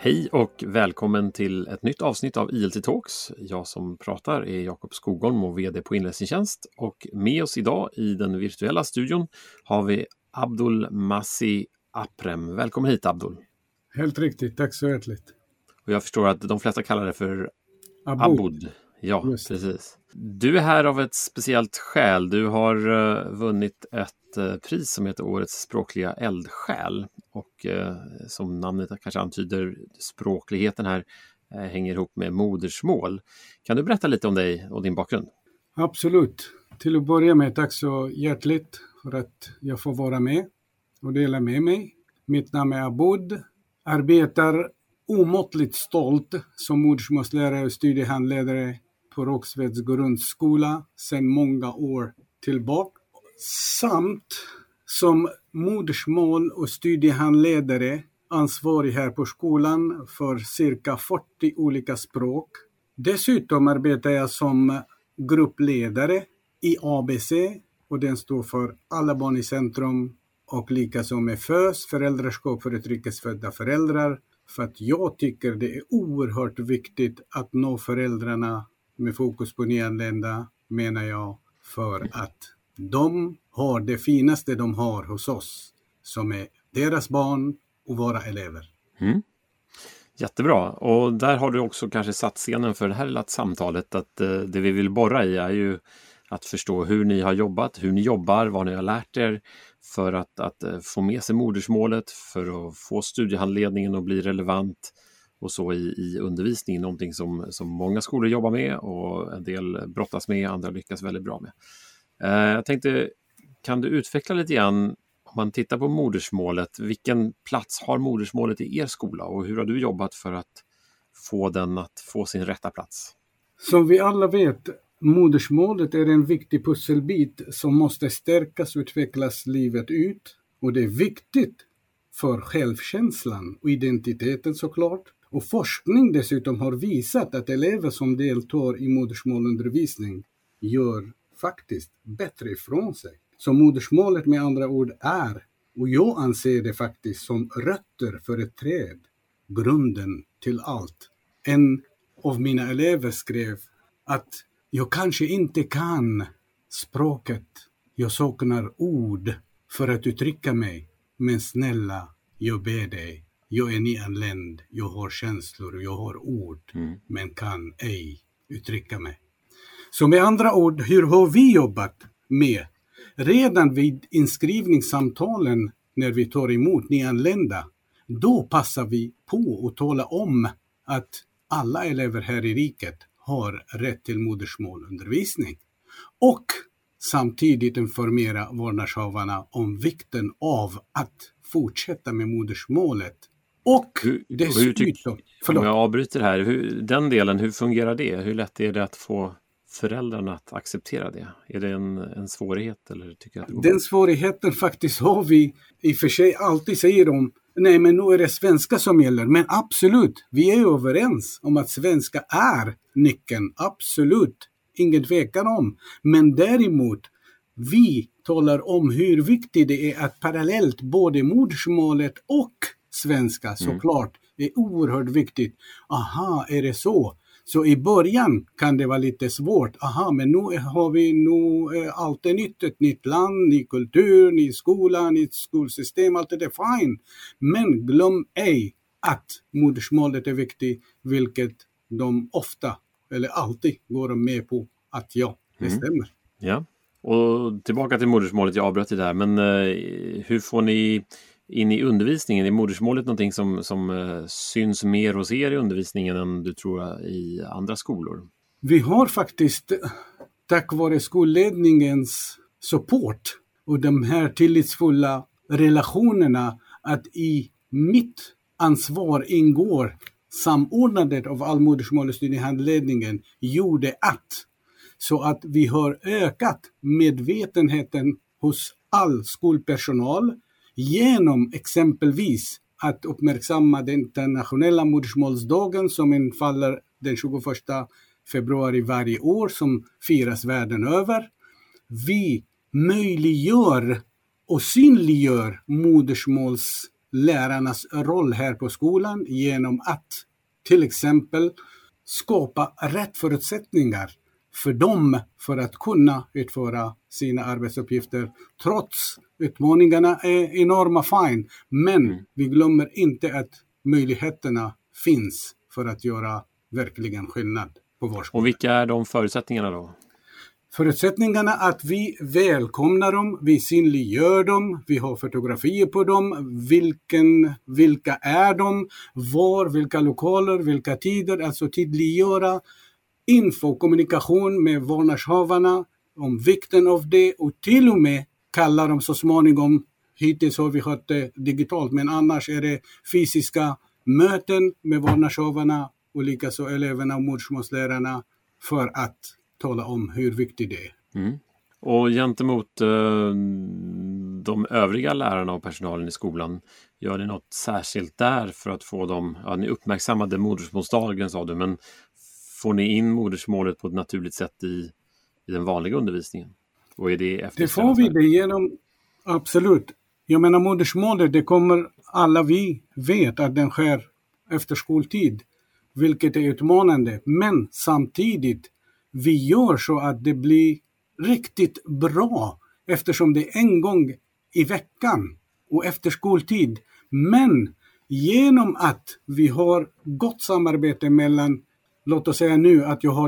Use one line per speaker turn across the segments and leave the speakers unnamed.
Hej och välkommen till ett nytt avsnitt av ILT Talks. Jag som pratar är Jakob Skogholm och vd på Inläsningstjänst. Och med oss idag i den virtuella studion har vi Abdul Masih Aprem. Välkommen hit Abdul.
Helt riktigt, tack så hjärtligt.
Och jag förstår att de flesta kallar det för
Aboud.
Ja,
Just.
precis. Du är här av ett speciellt skäl. Du har vunnit ett pris som heter Årets språkliga eldsjäl. Och som namnet kanske antyder, språkligheten här hänger ihop med modersmål. Kan du berätta lite om dig och din bakgrund?
Absolut. Till att börja med, tack så hjärtligt för att jag får vara med och dela med mig. Mitt namn är Aboud. Arbetar omåttligt stolt som modersmålslärare och studiehandledare på Rågsveds grundskola sedan många år tillbaka. Samt som modersmål- och studiehandledare ansvarig här på skolan för cirka 40 olika språk. Dessutom arbetar jag som gruppledare i ABC och den står för Alla barn i centrum och likaså med FÖS, föräldraskap för utrikesfödda föräldrar. För att jag tycker det är oerhört viktigt att nå föräldrarna med fokus på nyanlända, menar jag, för att de har det finaste de har hos oss, som är deras barn och våra elever.
Mm. Jättebra. Och där har du också kanske satt scenen för det här lilla samtalet, att det vi vill borra i är ju att förstå hur ni har jobbat, hur ni jobbar, vad ni har lärt er för att få med sig modersmålet, för att få studiehandledningen att bli relevant och så i undervisningen, någonting som många skolor jobbar med och en del brottas med, andra lyckas väldigt bra med. Jag tänkte, kan du utveckla lite grann, om man tittar på modersmålet, vilken plats har modersmålet i er skola och hur har du jobbat för att få den att få sin rätta plats?
Som vi alla vet, modersmålet är en viktig pusselbit som måste stärkas och utvecklas livet ut. Och det är viktigt för självkänslan och identiteten såklart. Och forskning dessutom har visat att elever som deltar i modersmålundervisning gör faktiskt bättre ifrån sig. Så modersmålet med andra ord är, och jag anser det faktiskt som rötter för ett träd, grunden till allt. En av mina elever skrev att jag kanske inte kan språket, jag saknar ord för att uttrycka mig, men snälla, jag ber dig, jag är nyanländ, jag har känslor och jag har ord, men kan ej uttrycka mig. Så med andra ord, hur har vi jobbat med? Redan vid inskrivningssamtalen när vi tar emot nyanlända, då passar vi på att tala om att alla elever här i riket har rätt till modersmålundervisning. Och samtidigt informera vårdnadshavarna om vikten av att fortsätta med modersmålet. Och dessutom...
Om jag avbryter här, den delen, hur fungerar det? Hur lätt är det att få föräldrarna att acceptera det? Är det en svårighet? Eller tycker jag att
den svårigheten faktiskt har vi i och för sig alltid, säger de. Nej, men nu är det svenska som gäller. Men absolut, vi är överens om att svenska är nyckeln. Absolut, ingen tvekan om. Men däremot, vi talar om hur viktigt det är att parallellt både modersmålet och svenska såklart är oerhört viktigt. Aha, är det så? Så i början kan det vara lite svårt. Aha, men nu har vi allt är nytt. Ett nytt land, ny kultur, ny skola, nytt skolsystem. Allt är det fine. Men glöm ej att modersmålet är viktigt. Vilket de ofta eller alltid går med på att ja, det stämmer.
Ja, och tillbaka till modersmålet. Jag avbröt det där. Men hur får ni in i undervisningen? Är modersmålet någonting som syns mer hos er i undervisningen än du tror i andra skolor?
Vi har faktiskt, tack vare skolledningens support och de här tillitsfulla relationerna, att i mitt ansvar ingår samordnandet av all modersmål- och studiehandledningen, gjorde så att vi har ökat medvetenheten hos all skolpersonal genom exempelvis att uppmärksamma den internationella modersmålsdagen som infaller den 21 februari varje år, som firas världen över. Vi möjliggör och synliggör modersmåls lärarnas roll här på skolan genom att till exempel skapa rätt förutsättningar för dem för att kunna utföra sina arbetsuppgifter. Trots utmaningarna är enorma fine, men vi glömmer inte att möjligheterna finns för att göra verkligen skillnad på vår skola.
Och vilka är de förutsättningarna då?
Förutsättningarna att vi välkomnar dem, vi synliggör dem, vi har fotografier på dem, vilka är de, var, vilka lokaler, vilka tider, alltså tydliggöra info, kommunikation med vårdnadshavarna om vikten av det och till och med kalla dem så småningom, hittills har vi hört det digitalt, men annars är det fysiska möten med vårdnadshavarna och likaså eleverna och modersmålslärarna för att tala om hur viktigt det är.
Mm. Och gentemot de övriga lärarna och personalen i skolan, gör ni något särskilt där för att få dem, ni uppmärksammade modersmålsdagen sa du, men får ni in modersmålet på ett naturligt sätt i den vanliga undervisningen? Och är det
får vi det genom, absolut. Jag menar modersmålet, det kommer alla vi vet att den sker efter skoltid, vilket är utmanande. Men samtidigt, vi gör så att det blir riktigt bra eftersom det är en gång i veckan och efter skoltid. Men genom att vi har gott samarbete mellan, låt oss säga nu att jag har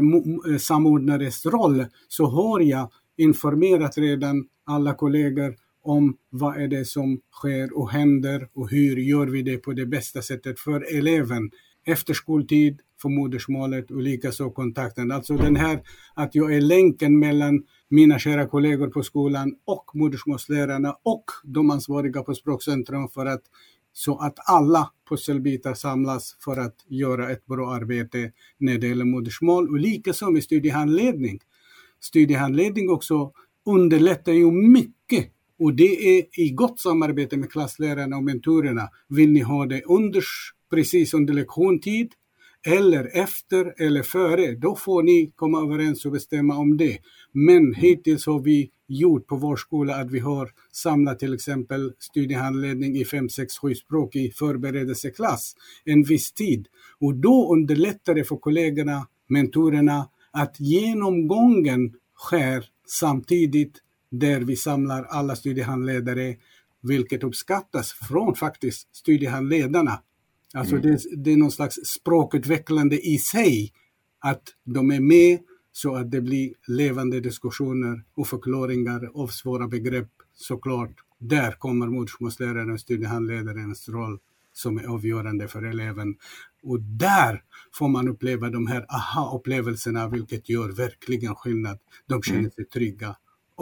den samordnares roll, så har jag informerat redan alla kollegor om vad är det som sker och händer och hur gör vi det på det bästa sättet för eleven efter skoltid, för modersmålet och likaså kontakten. Alltså den här att jag är länken mellan mina kära kollegor på skolan och modersmålslärarna och de ansvariga på Språkcentrum för att så att alla pusselbitar samlas för att göra ett bra arbete när det gäller modersmål och likaså med studiehandledning. Studiehandledning också underlättar ju mycket och det är i gott samarbete med klasslärarna och mentorerna. Vill ni ha det precis under lektionstid eller efter eller före, då får ni komma överens och bestämma om det. Men hittills har vi gjort på vår skola att vi har samlat till exempel studiehandledning i 5, 6, 7 språk i förberedelseklass en viss tid. Och då underlättar det för kollegorna, mentorerna att genomgången sker samtidigt där vi samlar alla studiehandledare, vilket uppskattas från faktiskt studiehandledarna. Alltså det är någon slags språkutvecklande i sig att de är med så att det blir levande diskussioner och förklaringar av svåra begrepp såklart. Där kommer modersmålsläraren och studiehandledarens roll som är avgörande för eleven. Och där får man uppleva de här aha-upplevelserna vilket gör verkligen skillnad. De känner sig trygga.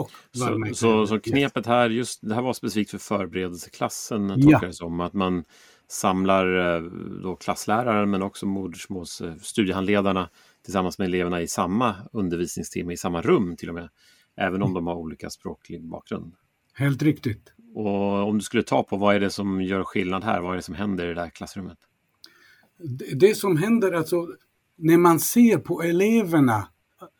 Så knepet här, just det här var specifikt för förberedelseklassen, tolkar det som att man samlar då klassläraren men också studiehandledarna tillsammans med eleverna i samma undervisningstimme, i samma rum till och med, även om de har olika språklig bakgrund.
Helt riktigt.
Och om du skulle ta på vad är det som gör skillnad här, vad är det som händer i det där klassrummet?
Det som händer alltså när man ser på eleverna,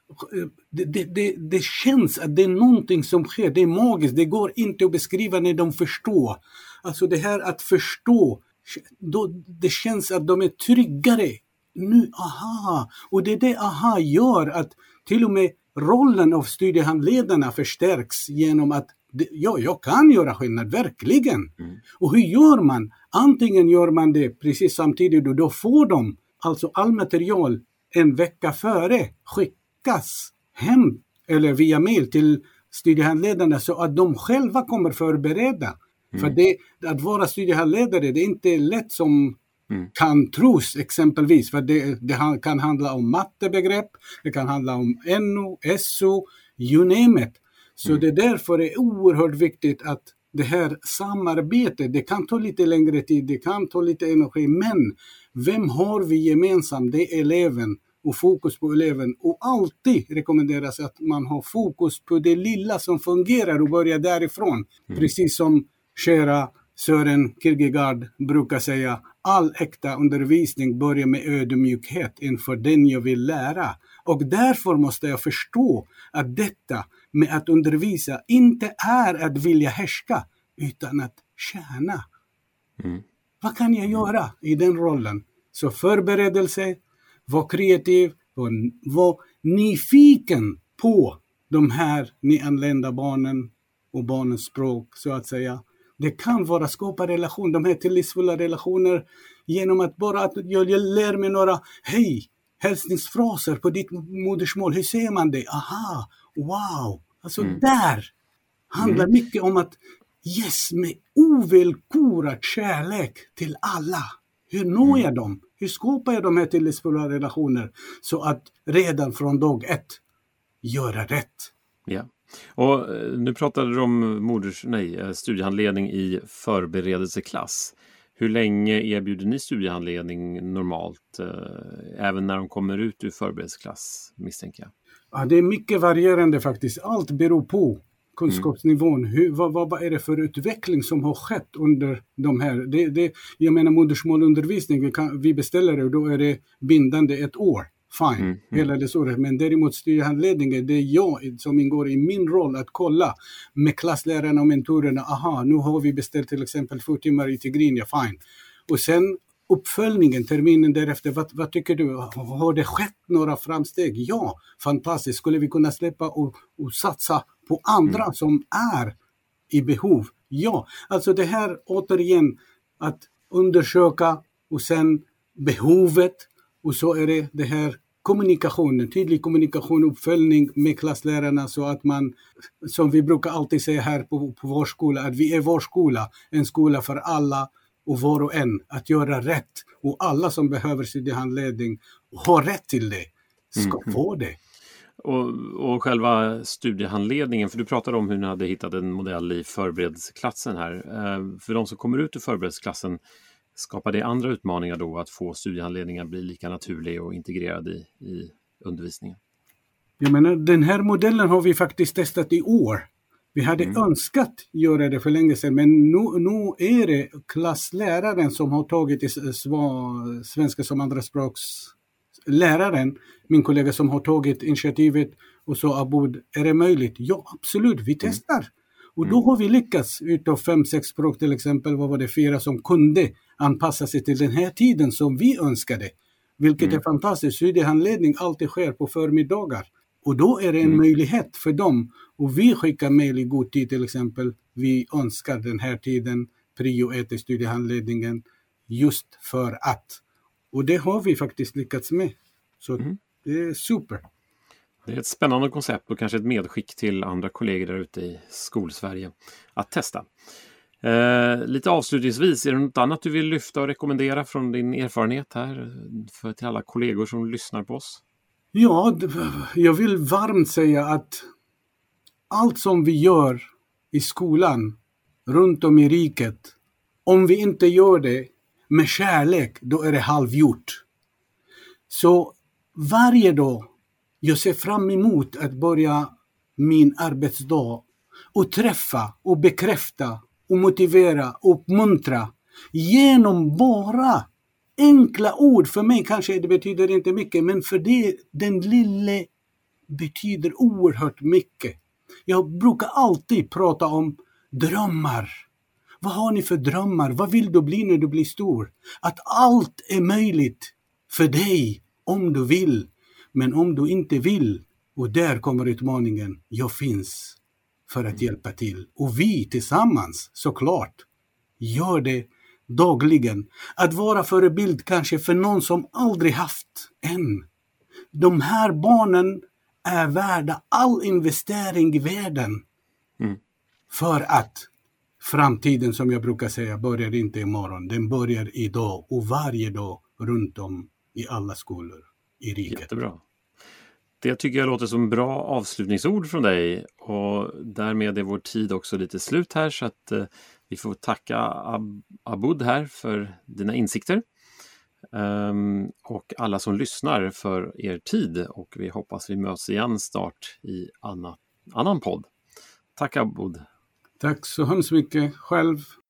det känns att det är någonting som sker, det är magiskt, det går inte att beskriva när de förstår. Alltså det här att förstå, det känns att de är tryggare. Nu, aha! Och det aha gör att till och med rollen av studiehandledarna förstärks genom att jag kan göra skillnad, verkligen. Och hur gör man? Antingen gör man det precis samtidigt och då får de alltså all material en vecka före skickas hem eller via mail till studiehandledarna så att de själva kommer förbereda. För att vara studiehandledare, det är inte lätt som kan tros exempelvis. För det kan handla om mattebegrepp, det kan handla om NO, SO, you name it. Så det därför är oerhört viktigt att det här samarbetet, det kan ta lite längre tid, det kan ta lite energi, men vem har vi gemensamt? Det är eleven och fokus på eleven. Och alltid rekommenderas att man har fokus på det lilla som fungerar och börjar därifrån. Precis som kära Sören Kierkegaard brukar säga, all äkta undervisning börjar med ödmjukhet inför den jag vill lära. Och därför måste jag förstå att detta med att undervisa inte är att vilja härska utan att tjäna. Vad kan jag göra i den rollen? Så förberedelse, var kreativ, var nyfiken på de här nyanlända barnen och barnens språk, så att säga. Det kan vara skapa relation, de här tillitsfulla relationer, genom att bara att jag lär mig några hälsningsfraser på ditt modersmål. Hur ser man det? Aha, wow. Alltså där handlar mycket om att med ovillkorad kärlek till alla. Hur når jag dem? Hur skapar jag de här tillitsfulla relationer så att redan från dag 1 göra rätt?
Ja. Och nu pratade du om studiehandledning i förberedelseklass. Hur länge erbjuder ni studiehandledning normalt? Även när de kommer ut ur förberedelseklass, misstänker jag.
Ja, det är mycket varierande faktiskt. Allt beror på kunskapsnivån. Vad är det för utveckling som har skett under de här? Jag menar modersmålundervisning, vi beställer det och då är det bindande 1 år. Fine, hela det året. Men däremot studiehandledningen, det är jag som ingår i min roll att kolla med klasslärarna och mentorerna. Aha, nu har vi beställt till exempel 4 timmar i Tigrinya, fine. Och sen uppföljningen, terminen därefter, vad tycker du? Har det skett några framsteg? Ja, fantastiskt. Skulle vi kunna släppa och satsa på andra som är i behov? Ja, alltså det här återigen att undersöka och sen behovet. Och så är det här kommunikationen, tydlig kommunikation och uppföljning med klasslärarna så att man, som vi brukar alltid säga här på vår skola, att vi är vår skola, en skola för alla och var och en att göra rätt. Och alla som behöver studiehandledning har rätt till det, ska få det.
Och själva studiehandledningen, för du pratade om hur ni hade hittat en modell i förberedelseklassen här. För de som kommer ut ur förberedelseklassen, skapar det andra utmaningar då att få studiehandledningar bli lika naturlig och integrerad i undervisningen?
Jag menar, den här modellen har vi faktiskt testat i år. Vi hade önskat göra det för länge sedan, men nu är det klassläraren som har tagit svenska som andraspråks läraren, min kollega som har tagit initiativet och så Aboud, är det möjligt? Ja, absolut, vi testar. Och då har vi lyckats utav 5-6 språk till exempel, vad var det 4 som kunde anpassa sig till den här tiden som vi önskade. Vilket är fantastiskt. Studiehandledning alltid sker på förmiddagar. Och då är det en möjlighet för dem. Och vi skickar mejl i god tid till exempel. Vi önskar den här tiden, prio 1 i studiehandledningen, just för att. Och det har vi faktiskt lyckats med. Så det är super.
Det är ett spännande koncept och kanske ett medskick till andra kollegor där ute i Skolsverige att testa. Lite avslutningsvis, är det något annat du vill lyfta och rekommendera från din erfarenhet här till alla kollegor som lyssnar på oss?
Ja, jag vill varmt säga att allt som vi gör i skolan runt om i riket, om vi inte gör det med kärlek, då är det halvgjort. Så varje dag jag ser fram emot att börja min arbetsdag och träffa och bekräfta och motivera och uppmuntra genom bara enkla ord. För mig kanske det betyder inte mycket, men för den lille betyder oerhört mycket. Jag brukar alltid prata om drömmar. Vad har ni för drömmar? Vad vill du bli när du blir stor? Att allt är möjligt för dig om du vill. Men om du inte vill, och där kommer utmaningen, jag finns för att hjälpa till. Och vi tillsammans, såklart, gör det dagligen. Att vara förebild kanske för någon som aldrig haft än. De här barnen är värda all investering i världen. För att framtiden, som jag brukar säga, börjar inte imorgon. Den börjar idag och varje dag runt om i alla skolor i riket.
Jättebra. Det tycker jag låter som bra avslutningsord från dig, och därmed är vår tid också lite slut här, så att vi får tacka Aboud här för dina insikter och alla som lyssnar för er tid, och vi hoppas vi möts igen snart i annan podd. Tack Aboud.
Tack så hemskt mycket själv.